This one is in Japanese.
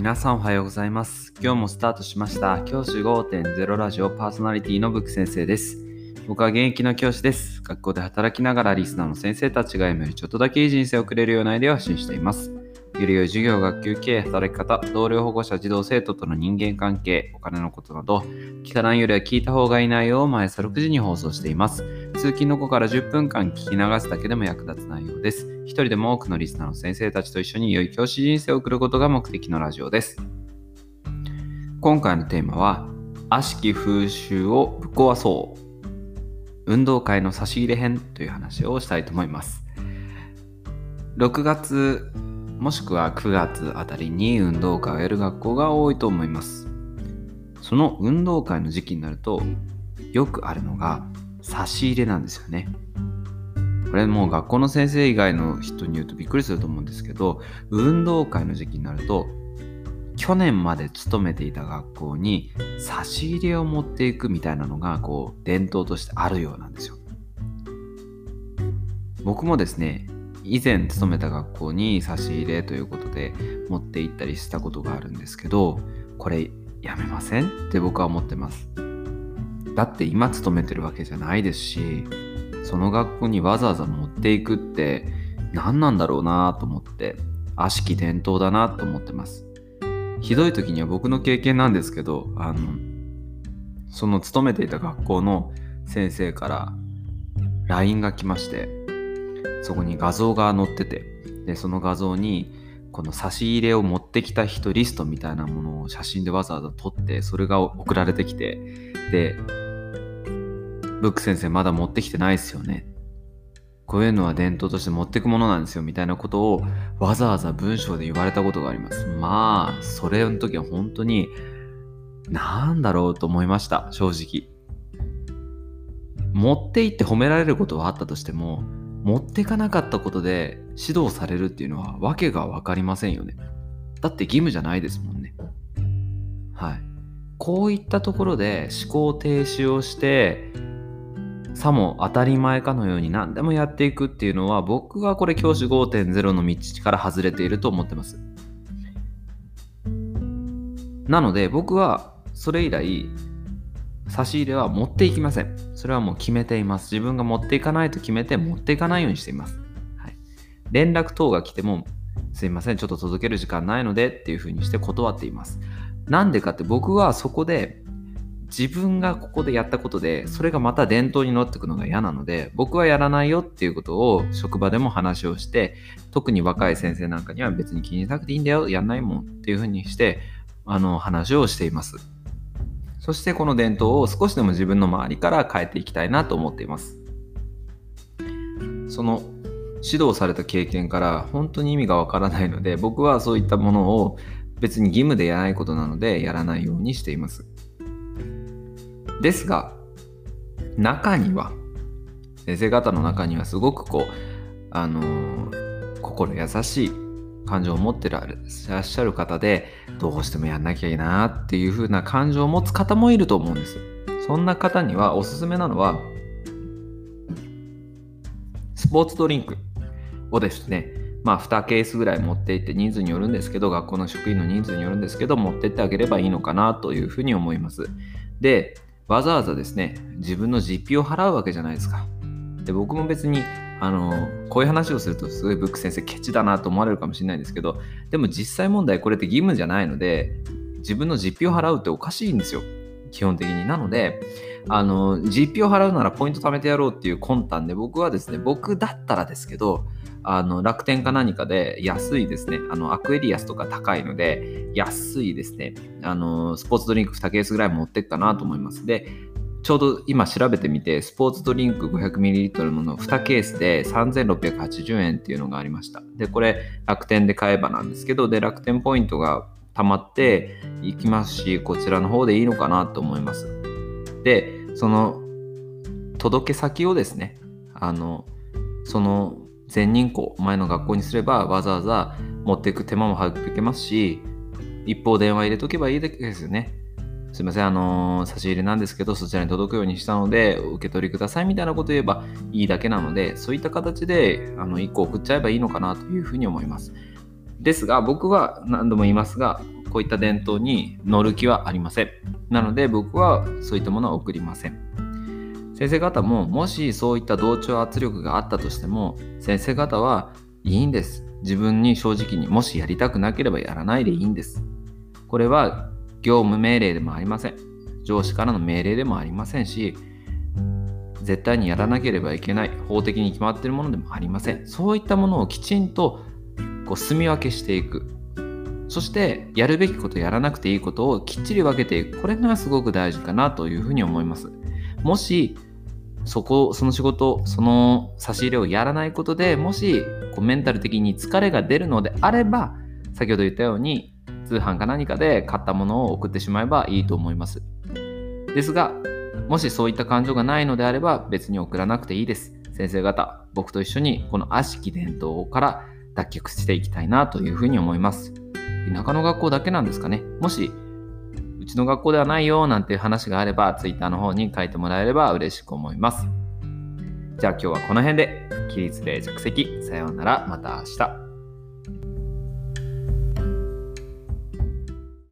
皆さんおはようございます。今日もスタートしました教師 5.0 ラジオパーソナリティのブック先生です。僕は現役の教師です。学校で働きながらリスナーの先生たちが夢よりちょっとだけいい人生を送れるようなアイデアを発信しています。より良い授業、学級経営、働き方、同僚、保護者、児童生徒との人間関係、お金のことなど、聞かないよりは聞いた方がいい内容を毎朝6時に放送しています。通勤の子から10分間聞き流すだけでも役立つ内容です。一人でも多くのリスナーの先生たちと一緒に良い教師人生を送ることが目的のラジオです。今回のテーマは、悪しき風習をぶっ壊そう。運動会の差し入れ編という話をしたいと思います。6月もしくは9月あたりに運動会をやる学校が多いと思います。その運動会の時期になるとよくあるのが差し入れなんですよね。これもう学校の先生以外の人に言うとびっくりすると思うんですけど、運動会の時期になると去年まで勤めていた学校に差し入れを持っていくみたいなのが伝統としてあるようなんですよ。僕もですね、以前勤めた学校に差し入れということで持って行ったりしたことがあるんですけど、これやめませんって僕は思ってます。だって今勤めてるわけじゃないですし、その学校にわざわざ持っていくって何なんだろうなと思って、悪しき伝統だなと思ってます。ひどい時には僕の経験なんですけど、その勤めていた学校の先生から LINE が来まして、そこに画像が載ってて、でその画像にこの差し入れを持ってきた人リストみたいなものを写真でわざわざ撮って、それが送られてきて、でブック先生まだ持ってきてないですよね、こういうのは伝統として持ってくものなんですよみたいなことをわざわざ文章で言われたことがあります。まあそれの時は本当になんだろうと思いました。正直持って行って褒められることはあったとしても、持っていかなかったことで指導されるっていうのはわけが分かりませんよね。だって義務じゃないですもんね。はい。こういったところで思考停止をしてさも当たり前かのように何でもやっていくっていうのは、僕はこれ教師 5.0 の道から外れていると思ってます。なので僕はそれ以来差し入れは持っていきません。それはもう決めています。自分が持っていかないと決めて持っていかないようにしています。はい、連絡等が来てもすいませんちょっと届ける時間ないのでっていう風にして断っています。なんでかって、僕はそこで自分がここでやったことでそれがまた伝統になっていくのが嫌なので、僕はやらないよっていうことを職場でも話をして、特に若い先生なんかには別に気にしなくていいんだよ、やんないもんっていう風にして話をしています。そしてこの伝統を少しでも自分の周りから変えていきたいなと思っています。その指導された経験から本当に意味がわからないので、僕はそういったものを別に義務でやらないことなのでやらないようにしています。ですが中には、先生方の中にはすごく心優しい感情を持ってらっしゃる方で、どうしてもやんなきゃいいなっていう風な感情を持つ方もいると思うんです。そんな方にはおすすめなのはスポーツドリンクをですね、2ケースぐらい持っていって、人数によるんですけど、学校の職員の人数によるんですけど持ってってあげればいいのかなというふうに思います。で、わざわざですね自分の実費を払うわけじゃないですか。で、僕も別にこういう話をするとすごいブック先生ケチだなと思われるかもしれないんですけど、でも実際問題これって義務じゃないので、自分の実費を払うっておかしいんですよ、基本的に。なので実費を払うならポイント貯めてやろうっていう魂胆で、僕はですね、僕だったらですけど楽天か何かで安いですね、アクエリアスとか高いので安いですねスポーツドリンク2ケースぐらい持ってくかなと思います。で、ちょうど今調べてみて、スポーツドリンク 500ml の2ケースで3680円っていうのがありました。で、これ楽天で買えばなんですけど、で楽天ポイントが溜まっていきますし、こちらの方でいいのかなと思います。で、その届け先をですねその前任校前の学校にすればわざわざ持っていく手間も省けますし、一方電話入れとけばいいだけですよね。すいません差し入れなんですけどそちらに届くようにしたのでお受け取りくださいみたいなことを言えばいいだけなので、そういった形で1個送っちゃえばいいのかなというふうに思います。ですが僕は何度も言いますが、 こういった伝統に乗る気はありません。なので僕はそういったものは送りません。先生方ももしそういった同調圧力があったとしても、先生方はいいんです。自分に正直に、もしやりたくなければやらないでいいんです。これは業務命令でもありません。上司からの命令でもありませんし、絶対にやらなければいけない法的に決まっているものでもありません。そういったものをきちんと住み分けしていく。そしてやるべきことやらなくていいことをきっちり分けていく。これがすごく大事かなというふうに思います。もしその仕事、その差し入れをやらないことで、もしメンタル的に疲れが出るのであれば、先ほど言ったように通販か何かで買ったものを送ってしまえばいいと思います。ですが、もしそういった感情がないのであれば別に送らなくていいです。先生方、僕と一緒にこの悪しき伝統から脱却していきたいなというふうに思います。田舎の学校だけなんですかね。もしうちの学校ではないよなんていう話があれば Twitter の方に書いてもらえれば嬉しく思います。じゃあ今日はこの辺で。起立例着席。さようなら。また明日。